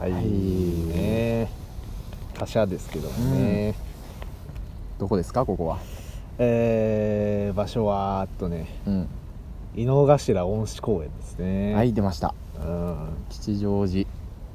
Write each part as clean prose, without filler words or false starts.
はいね、他社ですけどもね、 どこですかここは。 場所は井の頭恩賜公園ですね。 はい、出ました。吉祥寺。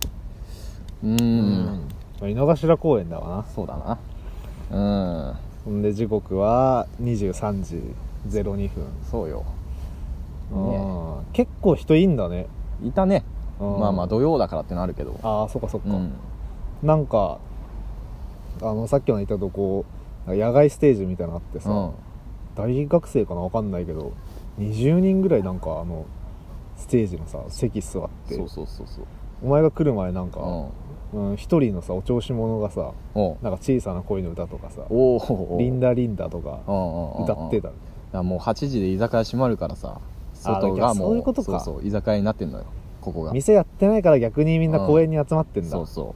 井の頭公園だわな。 そうだな。 ほんで時刻は23時02分。 そうよ、 ね、結構人いんだね。 いたね。まあまあ土曜だからってのあるけど。 ああ、そっかそっか。なんかさっきの言ったとこ野外ステージみたいなのあってさ、大学生かな、分かんないけど20人ぐらいなんかステージのさ席座って、 そうお前が来る前なんか一人のさお調子者がさなんか小さな恋の歌とかさリンダリンダとか歌ってた。 もう8時で居酒屋閉まるからさ、外がもうそういうことか。 そう居酒屋になってんのよここが。 店やってないから逆にみんな公園に集まってんだ。 そうそう。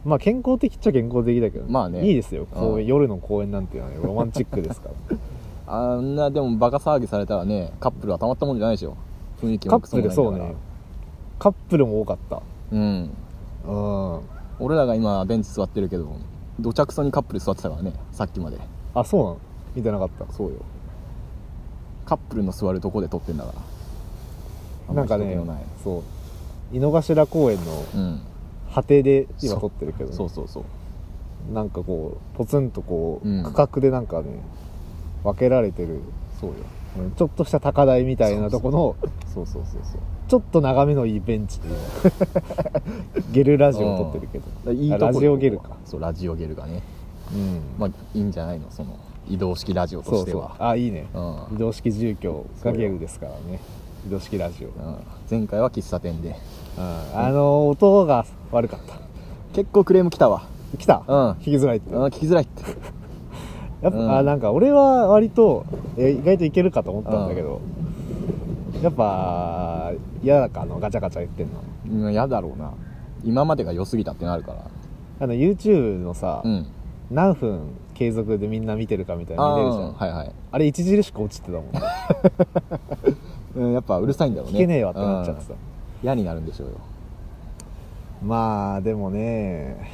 まあ健康的っちゃ健康的だけど、 まあね、 いいですよ公園、夜の公園なんていうのは、ね、ロマンチックですからあんなでもバカ騒ぎされたらね、カップルはたまったもんじゃないでしょ。雰囲気もクソもないんだから。 そうね、カップルも多かった。 俺らが今ベンチ座ってるけど、どちゃくそにカップル座ってたからね、さっきまで。 あ、そうなの？見てなかった。 そうよ、カップルの座るとこで撮ってんだから。 なんかね、そう井の頭公園の果てで今撮ってるけど、ね、そうなんかこうポツンとこう、区画でなんかね分けられてる。そうよ、ちょっとした高台みたいなとこのちょっと眺めのいいベンチでゲルラジオを撮ってるけど、 いいとこラジオゲルか。 そう、ラジオゲルがね、まあいいんじゃないの、その移動式ラジオとしては。 あ、いいね、移動式住居がゲルですからね、移動式ラジオ。 前回は喫茶店で、 音が悪かった。 結構クレーム来たわ。 来た？聞きづらいって。 聞きづらいってやっぱ、なんか俺は割と意外といけるかと思ったんだけど、やっぱ嫌だか、ガチャガチャ言ってんの。 嫌だろうな、今までが良すぎたってなるから。 YouTube のさ、何分継続でみんな見てるかみたいな見れるじゃん。あれ著しく落ちてたもんねやっぱうるさいんだろうね。 聞けねえわってなっちゃってさ、 嫌になるんでしょうよ。 まあでもね、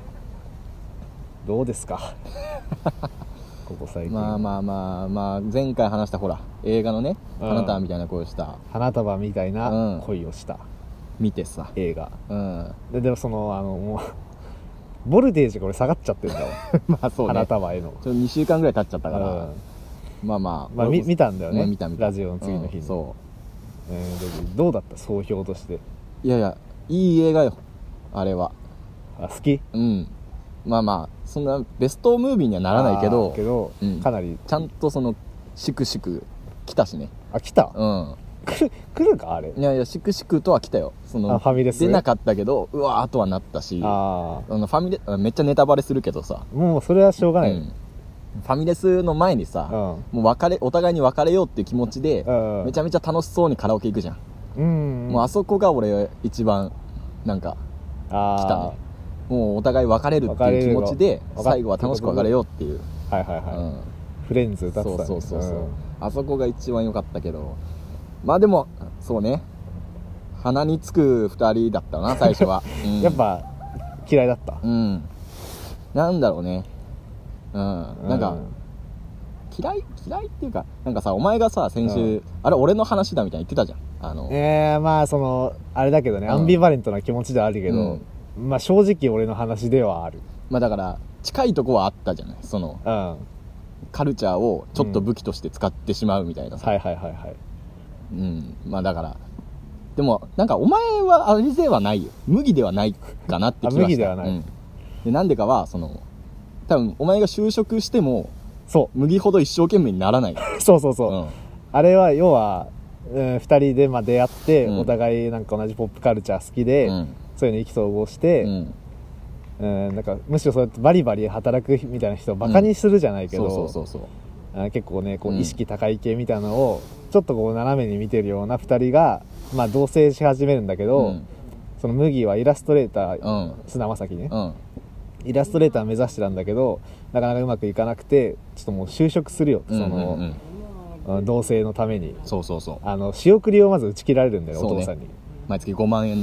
どうですかここ最近。 まあ前回話したほら映画のね、花束みたいな恋をした、 花束みたいな恋をした、 見てさ映画、でももうボルテージが俺下がっちゃってるんだわまあそうね、 花束への 2週間ぐらい経っちゃったから、まあ見たんだよね、 見たラジオの次の日に。どうだった、総評として。 いやいい映画よあれは。 好き？ まあそんなベストムービーにはならないけど、 かなりちゃんとそのシクシク来たしね。 来た？来るかあれ。 いやシクシクとは来たよ。そのファミレス出なかったけど、うわーとはなったし、ファミレめっちゃネタバレするけどさ、 もうそれはしょうがない。 ファミレスの前にさ、もうお互いに別れようっていう気持ちで、めちゃめちゃ楽しそうにカラオケ行くじゃん。もうあそこが俺一番なんか来たね。もうお互い別れるっていう気持ちで最後は楽しく別れようっていう。 フレンズ歌ってた。 そうあそこが一番良かったけど、まあでもそうね、鼻につく2人だったな最初はやっぱ嫌いだった。 なんだろうね、なんか嫌いっていうか、なんかさ、お前がさ先週、あれ俺の話だみたいに言ってたじゃん。 まああれだけどね、アンビバレントな気持ちではあるけど、まあ正直俺の話ではある。 まあだから近いとこはあったじゃない、その、カルチャーをちょっと武器として使ってしまうみたいなさ。まあだからでもなんかお前はあれではないよ、麦ではないかなって気がした。 麦ではない、 でなんでかは多分お前が就職しても麦ほど一生懸命にならないあれは要は、2人で出会って、お互いなんか同じポップカルチャー好きで、そういうの意気投合して、なんかむしろそうやってバリバリ働くみたいな人をバカにするじゃないけど、結構ね意識高い系みたいなのをちょっと斜めに見てるような2人が、同棲し始めるんだけど、その麦はイラストレーター、菅田将暉ね、イラストレーター目指してたんだけどなかなかうまくいかなくて、ちょっともう就職するよ、同棲のために。仕送りをまず打ち切られるんだよ、お父さんに。 毎月5万円の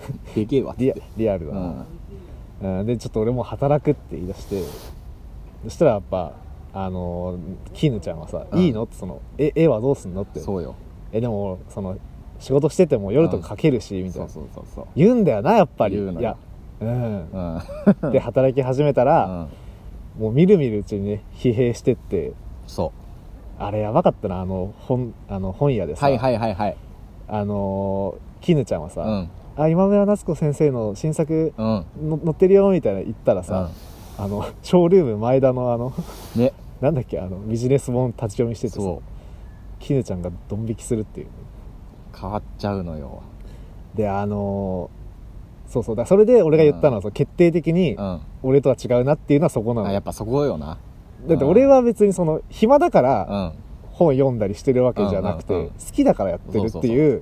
でけえわっつってリアルだな、でちょっと俺も働くって言い出して、そしたらやっぱ絹ちゃんはさ、いいのってその絵はどうすんのって。 そうよ。 でもその仕事してても夜とか描けるし、みたいな。 そう言うんだよなやっぱり。 言うのよ。 いやで働き始めたら、もうみるみるうちにね疲弊してって。 そうあれやばかったな。本屋でさ、絹ちゃんはさ、今村夏子先生の新作載ってるよみたいな言ったらさ、ショールーム前田のね、 なんだっけ、ビジネス本立ち読みしててさ、絹ちゃんがドン引きするっていう。 変わっちゃうのよ。 でそうだ、それで俺が言ったのは、決定的に俺とは違うなっていうのはそこなの。 やっぱそこよな。 だって俺は別にその暇だから本読んだりしてるわけじゃなくて、好きだからやってるっていう、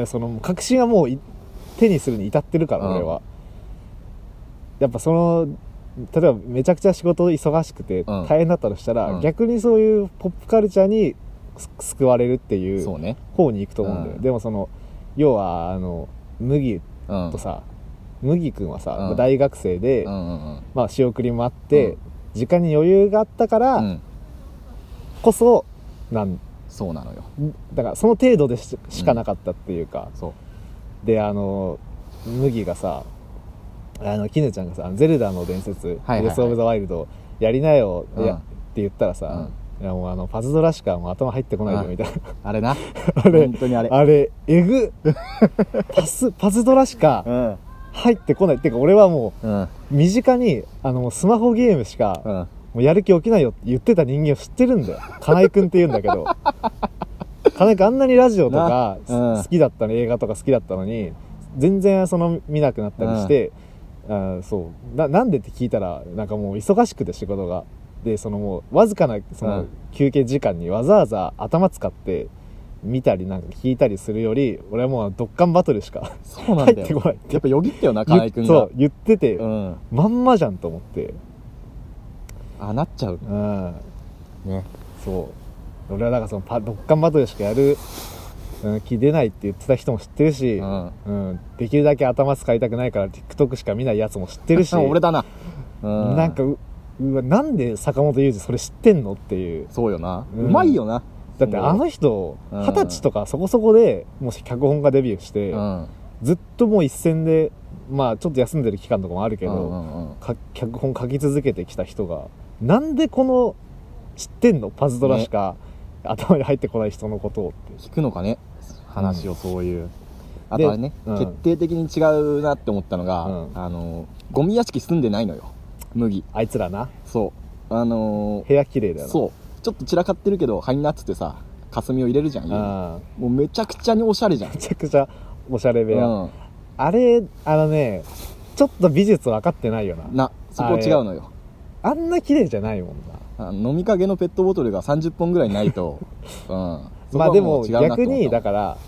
その確信はもう手にするに至ってるから、俺は。やっぱ例えばめちゃくちゃ仕事忙しくて大変だったとしたら、逆にそういうポップカルチャーに救われるっていう方に行くと思うんだよ。でも要は麦とさ、麦君はさ、大学生で、まあ仕送りもあって、時間に余裕があったからこそそうなのよ。 だからその程度でしかなかったっていうか、で麦がさ、絹ちゃんがさ、ゼルダの伝説、ブレスオブザワイルドやりなよって言ったらさ、いやもうパズドラしかもう頭入ってこないよみたいな。 あれな。 本当にあれえぐパズドラしか入ってこないっていうか、俺はもう身近にスマホゲームしかもうやる気起きないよって言ってた人間を知ってるんだよ。金井くんって言うんだけど、金井くんあんなにラジオとか好きだったの、映画とか好きだったのに全然見なくなったりして、そうなんでって聞いたら、なんかもう忙しくて仕事が。でもうわずかな休憩時間にわざわざ頭使って見たりなんか聞いたりするより、俺はもうドッカンバトルしか入ってこないって。 やっぱよぎったよな、金井君が。 そう言ってて、まんまじゃんと思って。 なっちゃうね。そう俺はだからドッカンバトルしかやる気出ないって言ってた人も知ってるし、できるだけ頭使いたくないから TikTok しか見ないやつも知ってるし俺だな。 なんかなんで坂本雄二それ知ってんのっていう。 そうよな、うまいよな。 だって人20歳とかそこそこでもし脚本家デビューして、ずっともう一線で、まあちょっと休んでる期間とかもあるけど、脚本書き続けてきた人が、なんで知ってんのパズドラしか、頭に入ってこない人のことをって聞くのかね、話を。そういうあとはね、決定的に違うなって思ったのが、ゴミ屋敷住んでないのよ、麦。 あいつらな。 そう部屋綺麗だよな。 そうちょっと散らかってるけど入んなっつってさ、霞を入れるじゃん。もうめちゃくちゃにおしゃれじゃん。 めちゃくちゃおしゃれ部屋、あれね、ちょっと美術分かってないよな。 そこ違うのよ。 あんな綺麗じゃないもんな。飲みかけのペットボトルが30本ぐらいないとまあでも逆にだから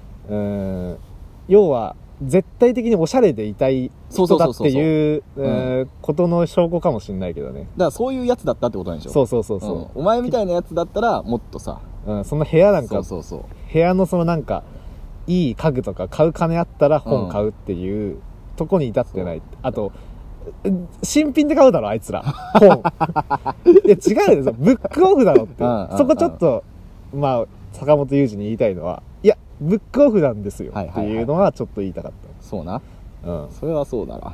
要は絶対的におしゃれでいたい人だっていうことの証拠かもしれないけどね。 だからそういうやつだったってことなんでしょ。 そうお前みたいなやつだったらもっとさ、 その部屋なんか、部屋のなんかいい家具とか買う金あったら本買うっていうとこに至ってない。あと新品で買うだろあいつら本。いや違うよ、ブックオフだろって。そこちょっとまあ坂本雄二に言いたいのは、いやブックオフなんですよっていうのはちょっと言いたかった。 そうな、それはそうだな。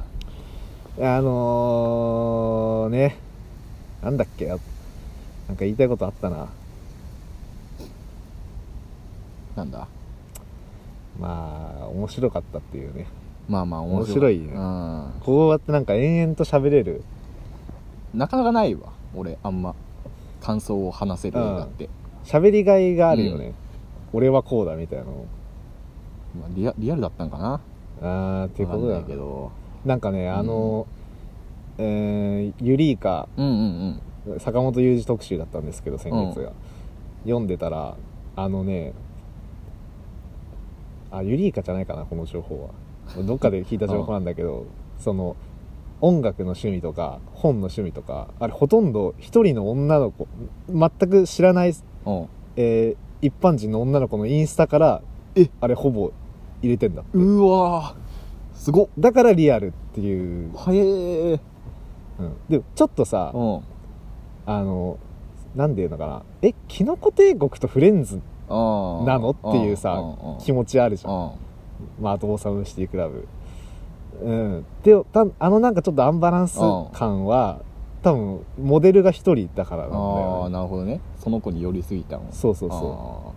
ね、なんだっけ、なんか言いたいことあったな。 なんだ。 まあ面白かったっていうね。 まあ面白いね。こうやってなんか延々と喋れる、 なかなかないわ。俺あんま感想を話せるようになって、 喋りがいがあるよね。俺はこうだみたいなの。 リアルだったんかな。 っていうことだけど、なんかねユリイカ、坂本雄二特集だったんですけど先月が、読んでたらユリイカじゃないかなこの情報は。どっかで聞いた情報なんだけど、音楽の趣味とか本の趣味とか、あれほとんど一人の女の子、全く知らない、一般人の女の子のインスタからあれほぼ入れてんだって。 うわーすごっ。 だからリアルっていう。 へえ。 でもちょっとさ、なんで言うのかな、キノコ帝国とフレンズなのっていうさ気持ちあるじゃん。まあ、あとオーサムシティクラブ。でなんかちょっとアンバランス感は多分モデルが一人だからなんだよね。 なるほどね。その子に寄りすぎたの。 そうそうそう。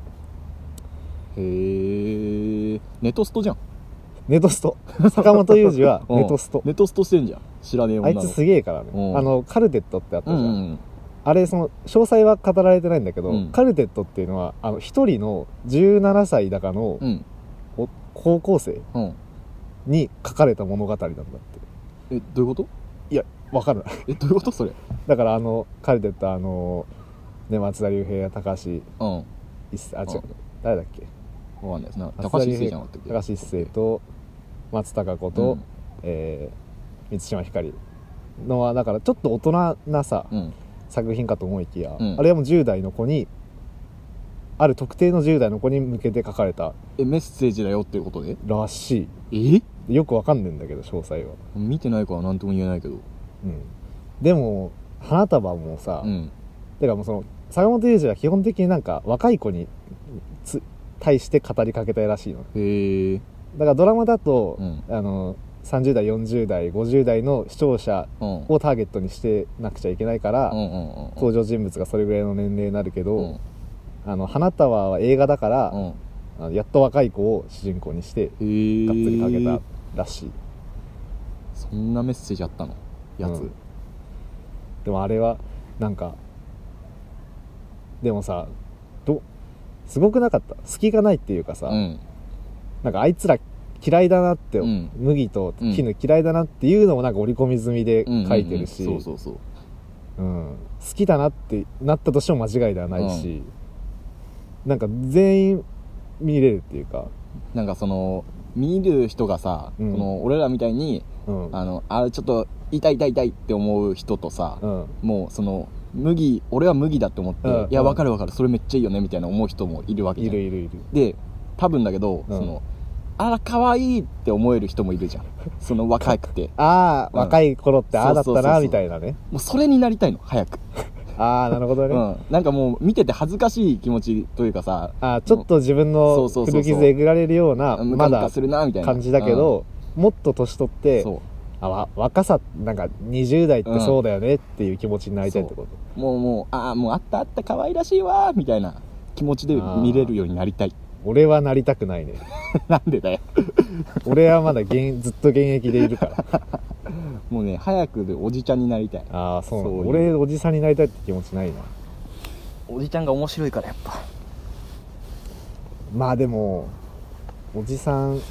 へえ。ネトストじゃん。 ネトスト。坂本雄二はネトスト。 ネトストしてんじゃん。知らねえ女の子。 あいつすげえからね。カルテットってあったじゃん。あれその詳細は語られてないんだけど、カルテットっていうのは一人の17歳だかの高校生に書かれた物語なんだって。 どういうこと？ いや分かんない。 どういうことそれ？ だからカルテットね、松田龍平や高橋一生、違う、誰だっけ、 分かんないですな。高橋一生じゃなかったっけ？ 高橋一生と松たか子と、満島ひかりのはだからちょっと大人なさ、作品かと思いきや、あれはもう10代の子に、ある特定の10代の子に向けて書かれたメッセージだよっていうことでらしい。 よくわかんねえんだけど詳細は見てないから何とも言えないけど、 でも花束もさ、てかもうその坂本龍二は基本的になんか若い子に対して語りかけたいらしいの。 へえ。 だからドラマだと、30代40代50代の視聴者をターゲットにしてなくちゃいけないから、登場人物がそれぐらいの年齢になるけど、花束は映画だから、やっと若い子を主人公にしてがっつりかけたらしい。 そんなメッセージあったのやつ、 でもあれはなんかでもさすごくなかった？隙がないっていうかさ、なんかあいつら嫌いだなって、麦と絹嫌いだなっていうのもなんか織り込み済みで書いてるし、好きだなってなったとしても間違いではないし、なんか全員見れるっていうか、 なんかその見る人がさ、その俺らみたいに、ちょっと痛いって思う人とさ、もうその俺は麦だって思って、いや分かる分かるそれめっちゃいいよねみたいな思う人もいるわけじゃん。いるで多分だけど、その可愛いって思える人もいるじゃん。その若くて若い頃ってだったなみたいなね。 もうそれになりたいの早く。 なるほどね。 なんかもう見てて恥ずかしい気持ちというかさ、 ちょっと自分の古傷えぐられるようなまだするなみたいな感じだけど、もっと年取って若さなんか20代ってそうだよねっていう気持ちになりたいってこと。 もうあった可愛らしいわみたいな気持ちで見れるようになりたい。 俺はなりたくないね。 なんでだよ。 俺はまだずっと現役でいるからもうね早くでおじちゃんになりたい。 そうなの。俺おじさんになりたいって気持ちないな。 おじちゃんが面白いからやっぱ。 まあでもおじさん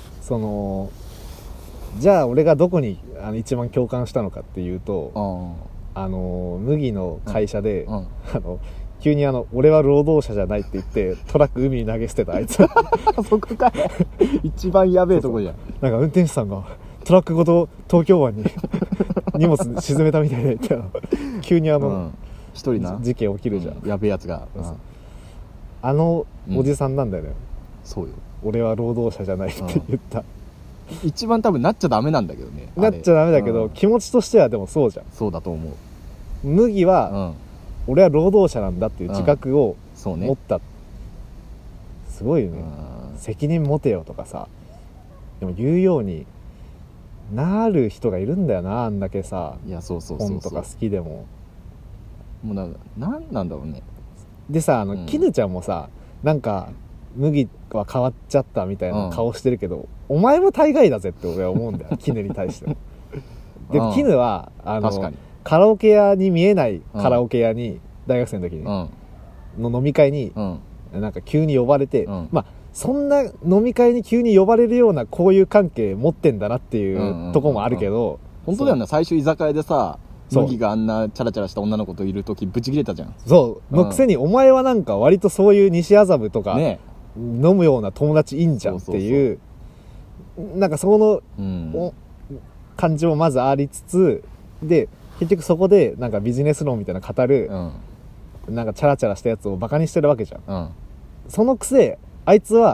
じゃあ俺がどこに一番共感したのかっていうと、麦の会社で、急に俺は労働者じゃないって言ってトラック海に投げ捨てたあいつそこかい一番やべえとこじゃん。 なんか運転手さんがトラックごと東京湾に荷物沈めたみたいで急に一人な事件起きるじゃん、 やべえやつが、 おじさんなんだよね、 そうよ。 俺は労働者じゃないって言った、 一番多分なっちゃダメなんだけどね。 なっちゃダメだけど、気持ちとしてはでもそうじゃん。 そうだと思う。 麦は、俺は労働者なんだっていう自覚を持った、すごいよね。責任持てよとかさ、でも言うようになる人がいるんだよな、あんだけさ。 いやそう本とか好きでももうなんだろうね。 でさ絹ちゃんもさ、なんか麦は変わっちゃったみたいな顔してるけど、お前も大概だぜって俺は思うんだよ絹に対してで絹は確かにカラオケ屋に見えないカラオケ屋に、大学生の時に、の飲み会に、なんか急に呼ばれて、まあそんな飲み会に急に呼ばれるような交友関係持ってんだなっていうとこもあるけど、 本当だよね。最初居酒屋でさ、麦があんなチャラチャラした女の子といる時ブチ切れたじゃん。 そうのくせに、お前はなんか割とそういう西麻布とか、飲むような友達いいんじゃんっていう、なんかその、感じもまずありつつで、結局そこでなんかビジネス論みたいな語る、なんかチャラチャラしたやつをバカにしてるわけじゃん、そのくせあいつは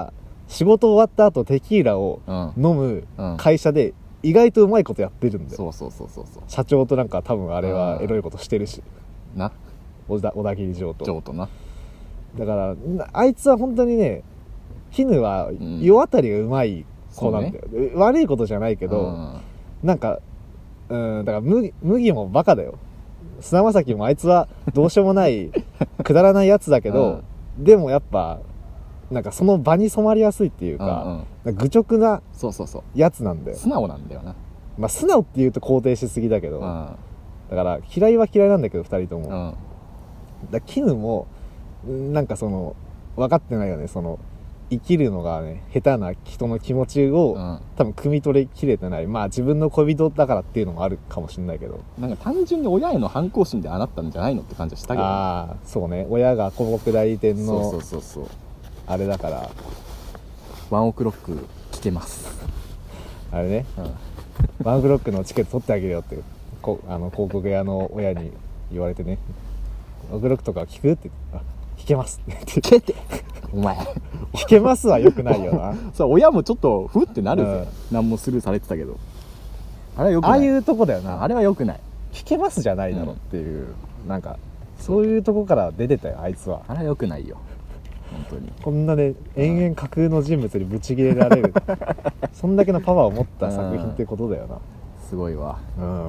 仕事終わった後テキーラを飲む会社で意外とうまいことやってるんだよ。 そう社長となんか多分あれはエロいことしてるしな、 小田切城とな。 だからあいつは本当にね、絹は世当たりがうまい子なんだよ、ね、悪いことじゃないけど、なんかだから麦もバカだよ。菅田将暉もあいつはどうしようもないくだらないやつだけど、でもやっぱなんかその場に染まりやすいっていうか、愚直なやつなんだよ。 素直なんだよな。 まあ素直って言うと肯定しすぎだけど、だから嫌いは嫌いなんだけど2人とも、だ絹もなんかその分かってないよね、その生きるのがね下手な人の気持ちを、多分汲み取りきれてない。まあ自分の恋人だからっていうのもあるかもしれないけど、 なんか単純に親への反抗心であなったんじゃないのって感じはしたけど、ね、 ああそうね、親が広告代理店のそうあれだからワンオクロック来てますあれね、ワンオクロックのチケット取ってあげるよって広告屋の親に言われてね、ワンオクロックとか聞くって言って、弾けますって聞けてお前弾けますはよくないよなそう、親もちょっとふってなるぜ、何もスルーされてたけど、あれはよくない。 ああいうとこだよな、 あれはよくない。 弾けますじゃないだろっていう、なんかそういうとこから出てたよあいつは。 あれはよくないよ本当に。 こんなね延々架空の人物にブチ切れられるそんだけのパワーを持った作品ってことだよな。 すごいわ。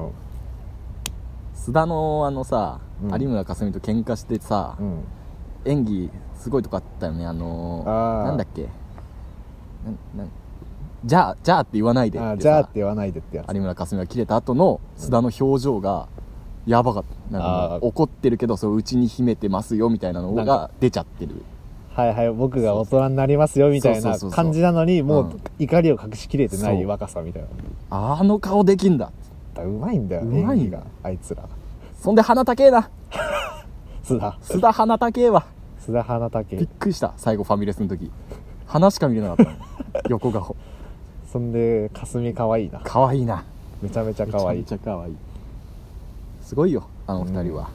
須田のさ、有村架純と喧嘩してさ、演技すごいとこあったよね。なんだっけ、じゃあって言わないでってさ、 じゃあって言わないでってやつ。 有村架純が切れた後の須田の表情がやばかった。なんか怒ってるけどそう内に秘めてますよみたいなのが出ちゃってる。 はいはい、僕が大人になりますよみたいな感じなのに、もう怒りを隠しきれてない若さみたいな。 あの顔できんだ。 うまいんだよ、演技があいつら。 そんで鼻高えな須田鼻高えわ。 須田鼻高え。 びっくりした、最後ファミレスの時鼻しか見れなかったの横顔。 そんでかすみかわいいな。 かわいいな、 めちゃめちゃかわいい。 めちゃめちゃかわいい。すごいよあの二人は。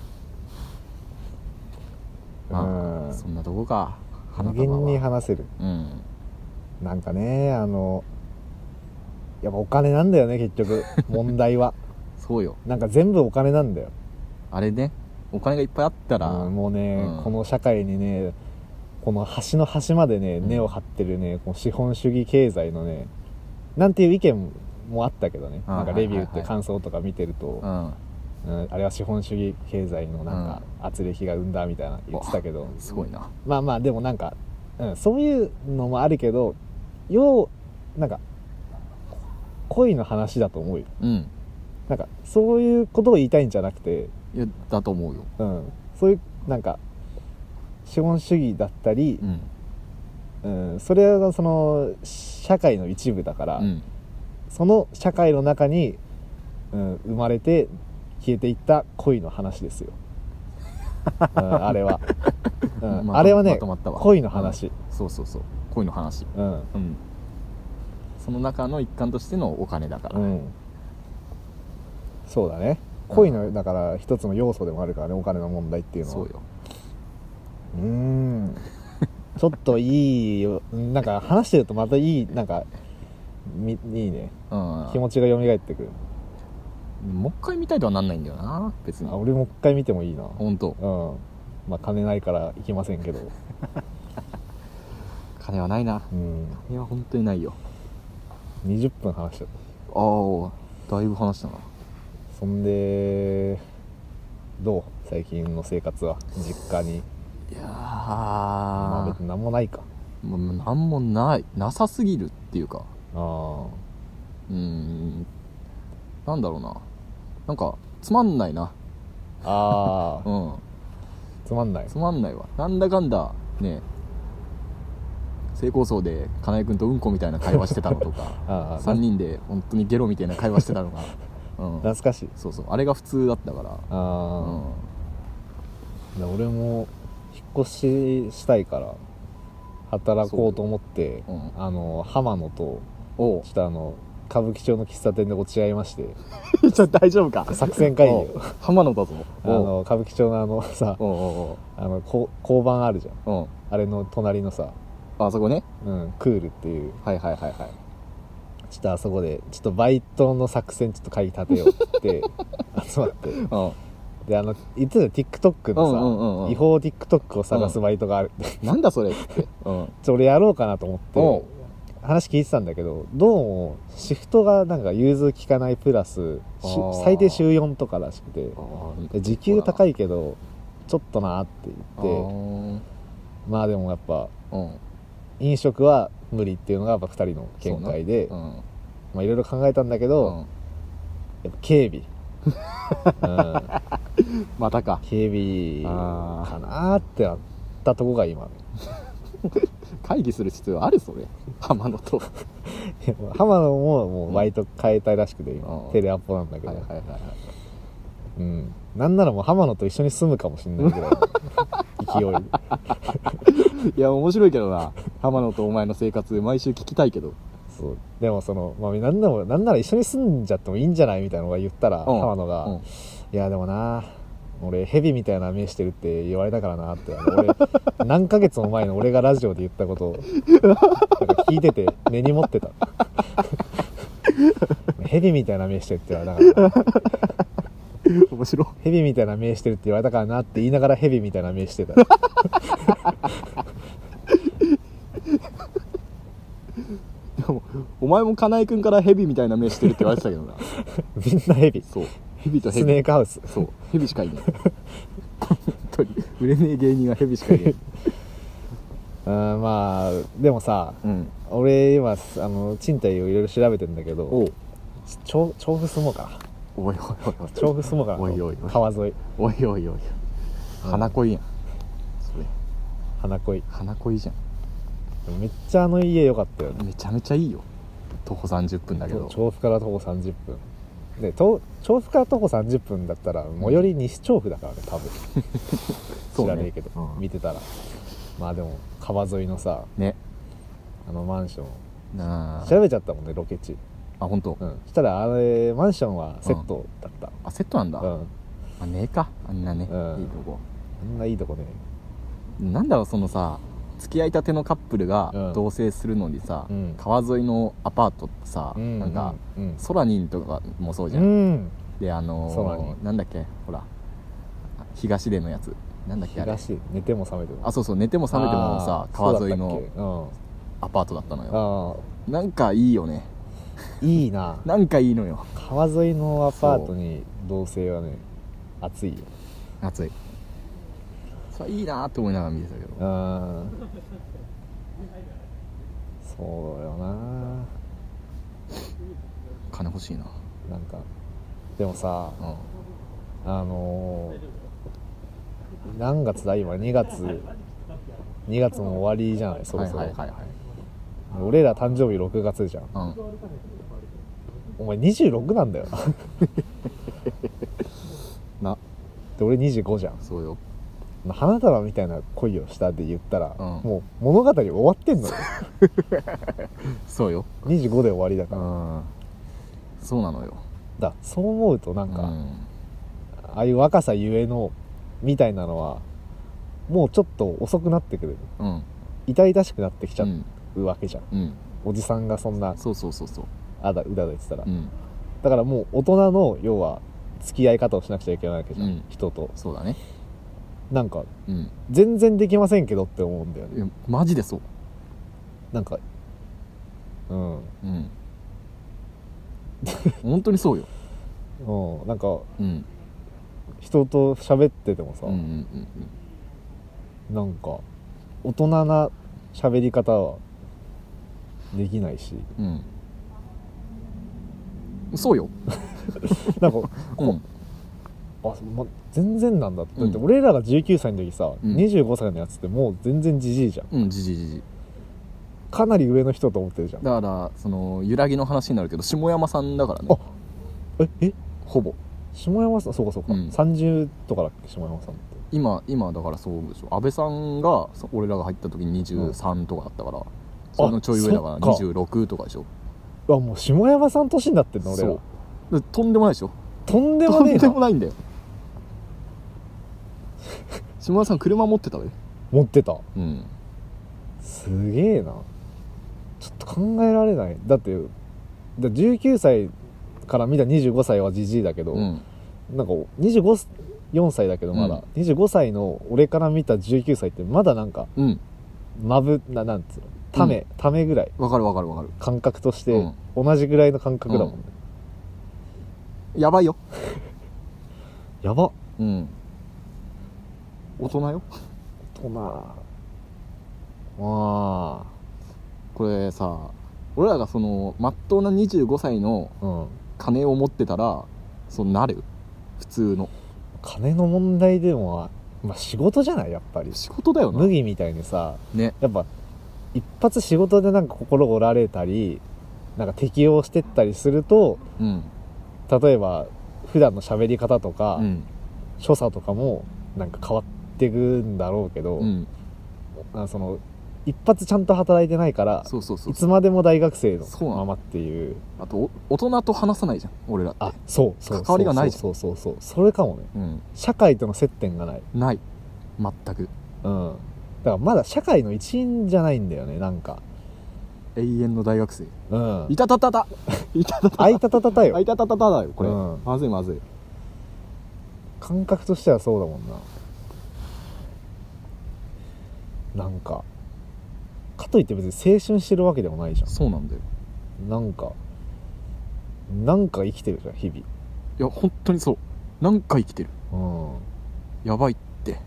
まあそんなとこか。 無限に話せる。なんかね、やっぱお金なんだよね結局問題はそうよ、 なんか全部お金なんだよあれね。お金がいっぱいあったら、 もうね、この社会にね、この端の端までね根を張ってるね、この資本主義経済のね、なんていう意見もあったけどね、なんかレビューって感想とか見てると、あれは資本主義経済のなんか圧力が生んだみたいな言ってたけど、 すごいな。 まあまあでもなんか、そういうのもあるけど、なんか恋の話だと思うよ。なんかそういうことを言いたいんじゃなくて、 いやだと思うよ。 そういうなんか資本主義だったり、それはその社会の一部だから、その社会の中に、生まれて消えていった恋の話ですよあれは、あれはね、恋の話、 そう恋の話、その中の一環としてのお金だから、 そうだね、恋のだから一つの要素でもあるからね、お金の問題っていうのは。 そうよちょっといいよ、なんか話してるとまたいい、なんかいいね、気持ちが蘇ってくる。 もう一回見たいとはなんないんだよな別に。 俺もう一回見てもいいな。 本当。 まあ金ないから行きませんけど金はないな。金は本当にないよ。 20分話しちゃった。 だいぶ話したな。 そんでどう、最近の生活は実家に。 いやまあ別に何もないか。 何もなさすぎるっていうか、なんだろうな、なんかつまんないな。つまんないわ。なんだかんだね、性構想で金井君とうんこみたいな会話してたのとか3人で本当にゲロみたいな会話してたのが懐かしい。 そうあれが普通だったから。 俺も引っ越ししたいから働こうと思って、浜野とちょっと歌舞伎町の喫茶店で落ち合いましてちょっと大丈夫か、 作戦会議を浜野だぞ。 歌舞伎町のさ交番あるじゃん、あれの隣のさあそこね。 クールっていう。 はいはいはいはい。 ちょっとあそこでちょっとバイトの作戦ちょっと会議立てようって集まって、でいつだ TikTok のさ、違法 TikTok を探すバイトがある、 なんだそれって、 俺やろうかなと思って話聞いてたんだけど、どうもシフトがなんか融通きかないプラス最低週4とからしくて、時給高いけどちょっとなって言って、まあでもやっぱ、飲食は無理っていうのがやっぱ2人の見解で、まあいろいろ考えたんだけど、やっぱ警備またか警備かなってなったとこが今会議する必要ある？それ浜野と浜野もうバイト変えたいらしくて今テレアポなんだけど、なんならもう浜野と一緒に住むかもしれないぐらいの勢いいや面白いけどな、浜野とお前の生活毎週聞きたいけど。 そうでもまあ、なんなら一緒に住んじゃってもいいんじゃないみたいなのが言ったら、浜野が、いやでもな俺ヘビみたいな目してるって言われたからなって、俺何ヶ月も前の俺がラジオで言ったことをなんか聞いてて根に持ってたヘビみたいな目してるって言われたから面白い。 ヘビみたいな目してるって言われたからなって言いながらヘビみたいな目してたでもお前も金井君からヘビみたいな目してるって言われてたけどなみんなヘビ。 そうヘビとヘビ、 スネークハウス。 そうヘビしかいない本当に売れねえ芸人はヘビしかいないまあでもさ、俺今賃貸をいろいろ調べてんだけど、調布住もうか。 おいおいおいおい、 調布住もうか。 おいおいおい、 川沿い。 おいおいおい、花恋やんそれ。 花恋じゃん。 めっちゃ家良かったよね。 めちゃめちゃいいよ。徒歩30分だけど。 調布から徒歩30分で、調布から徒歩30分だったら最寄り西調布だからね多分知らねえけど、見てたら。まあでも川沿いのさ、 ね、 マンション調べちゃったもんね、ロケ地。 あ、本当。 そしたらマンションはセットだった。 あ、セットなんだ。あ、ねえか、あんなね、いいとこ。 あんないいとこね。 なんだろう、そのさ、付き合いたてのカップルが同棲するのにさ、川沿いのアパートってさ、なんかソラニンとかもそうじゃん。でなんだっけ、ほら東出のやつなんだっけ、あれ寝ても覚めても。 あ、そうそう、寝ても覚めてもさ、川沿いのアパートだったのよ。なんかいいよね。 いいな。 なんかいいのよ。 川沿いのアパートに同棲はね、暑いよ。 暑い。それいいなって思いながら見てたけど。 そうよな。 金欲しいな。 なんかでもさ、何月だ今、2月も終わりじゃない、そろそろ。俺ら誕生日6月じゃん。お前26なんだよな。 で俺25じゃん。 そうよ。 花束みたいな恋をしたで言ったら、もう物語終わってんのよそうよ。 25で終わりだから。 そうなのよ。 そう思うとなんか、ああいう若さゆえのみたいなのはもうちょっと遅くなってくる、痛々しくなってきちゃうわけじゃん、おじさんがそんなそううだうだ言ってたら、だからもう大人の要は付き合い方をしなくちゃいけないわけじゃん、人と。 そうだね。 なんか、全然できませんけどって思うんだよね。 いやマジでそう。 なんか本当にそうよ。 なんか、人と喋っててもさ、なんか大人な喋り方はできないし、 そうよなんか全然なんだって。だって俺らが19歳の時さ、25歳のやつってもう全然ジジイじゃん。 ジジイかなり上の人と思ってるじゃん。 だからその揺らぎの話になるけど、下山さんだからね。ほぼ下山さん。そうか、30とかだっけ、下山さんって。 今だからそうでしょ。安倍さんが俺らが入った時に23とかだったから、そのちょい上だから26とかでしょ。 もう下山さん年になってんの俺ら。 そうとんでもないでしょ。 とんでもねえな。 とんでもないんだよ下山さん車持ってたべ。 持ってた。 すげえな。ちょっと考えられない。だって19歳から見た25歳はジジイだけど、なんか4歳だけどまだ、25歳の俺から見た19歳ってまだなんか、なんつうのためぐらい、 わかる感覚として同じぐらいの感覚だもんね、 やばいよやば。 大人よ。 大人。まあこれさ、俺らがそのまっとうな25歳の金を持ってたらそうなる。普通の金の問題でも、まあ、仕事じゃない。やっぱり仕事だよな。 麦みたいにさ、 ね、 やっぱ一発仕事でなんか心折られたりなんか適応してったりすると、例えば普段の喋り方とか、所作とかもなんか変わっていくんだろうけど、その一発ちゃんと働いてないからいつまでも大学生のままっていう。 あと大人と話さないじゃん俺らって。 そう関わりがないじゃん。 そうそれかもね、社会との接点がない全く。 だからまだ社会の一員じゃないんだよね。なんか永遠の大学生。 いたたたたあいたたたたよ。 あいたたたただよこれ、まずい感覚としてはそうだもんな。なんかといって別に青春してるわけでもないじゃん。 そうなんだよ。 なんか生きてるじゃん日々。いや本当にそう、なんか生きてる。やばいって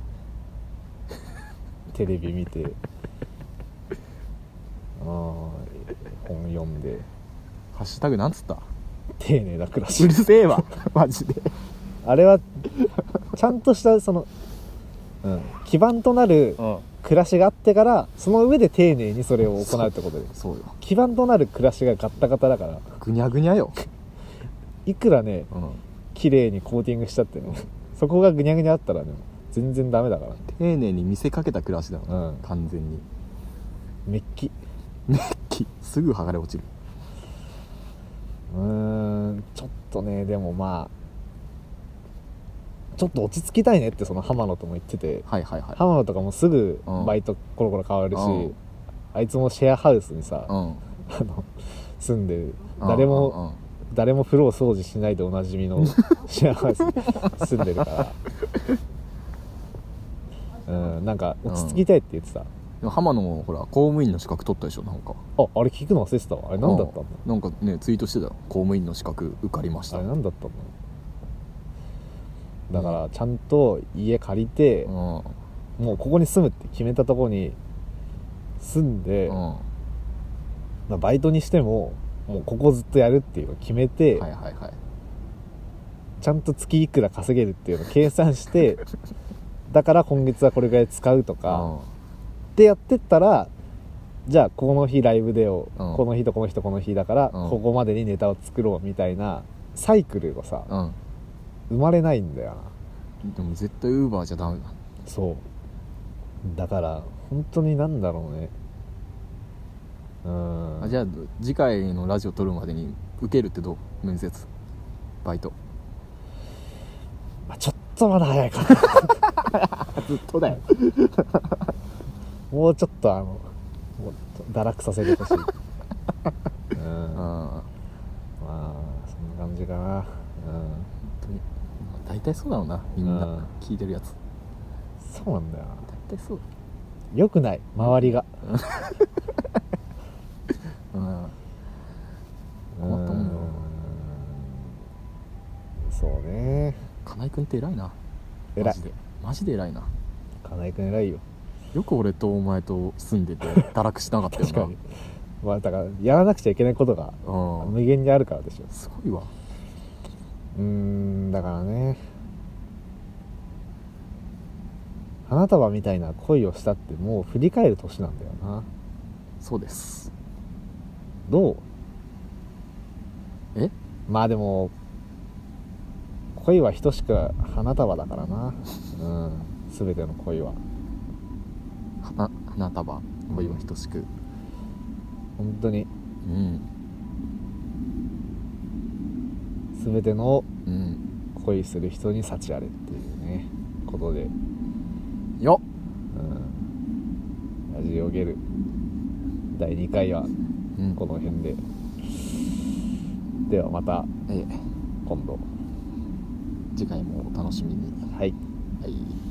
テレビ見て本読んで。 ハッシュタグなんつった？ 丁寧な暮らし。 うるせえわマジであれはちゃんとしたその、基盤となる暮らしがあってからその上で丁寧にそれを行うってことで。 そうよ。 基盤となる暮らしがガッタガタだからぐにゃぐにゃよいくらね、綺麗にコーティングしたってねそこがぐにゃぐにゃあったらね全然ダメだから。 丁寧に見せかけた暮らしだよ、完全に。 メッキすぐ剥がれ落ちる。 ちょっとね。でもまあちょっと落ち着きたいねってその浜野とも言ってて、浜野とかもすぐバイトコロコロ変わるし、あいつもシェアハウスにさ、住んでる。誰も風呂を掃除しないでおなじみのシェアハウスに住んでるからなんか落ち着きたいって言ってた。 浜野もほら公務員の資格取ったでしょ。なんかあれ聞くの忘れてたわ。あれ何だったんだ。 なんかねツイートしてたよ。公務員の資格受かりました。 あれ何だったんだ。だからちゃんと家借りて、もうここに住むって決めたところに住んで、バイトにしてももうここずっとやるっていうのを決めて、ちゃんと月いくら稼げるっていうのを計算してだから今月はこれぐらい使うとか、ってやってったら、じゃあこの日ライブ出よう、この日とこの日とこの日だから、ここまでにネタを作ろうみたいなサイクルがさ、生まれないんだよな。 でも絶対ウーバーじゃダメだ。 そうだから本当になんだろうね。 じゃあ次回のラジオ撮るまでに受けるってどう？面接バイト。 ちょっとまだ早いかなずっとだよもうちょっともう堕落させてほしいまあそんな感じかな。 本当に大体そうだろうな、みんな聞いてるやつ。 そうなんだよな。 大体そうよくない周りが困ったもんよ。 そうね。 金井君って偉いな。 偉い。 マジで偉いな。 金井君偉いよ。 よく俺とお前と住んでて堕落しなかったよな。 確かに。まあだからやらなくちゃいけないことが無限にあるからでしょ。 すごいわ。 だからね、花束みたいな恋をしたってもう振り返る年なんだよな。 そうです。 どう？まあでも恋は等しく花束だからな。全ての恋は花束、恋は等しく、 本当に全ての恋する人に幸あれっていうねことでよっ、 ラジジオゲル第2回はこの辺で、ではまた今度次回もお楽しみに。 はい、 はい。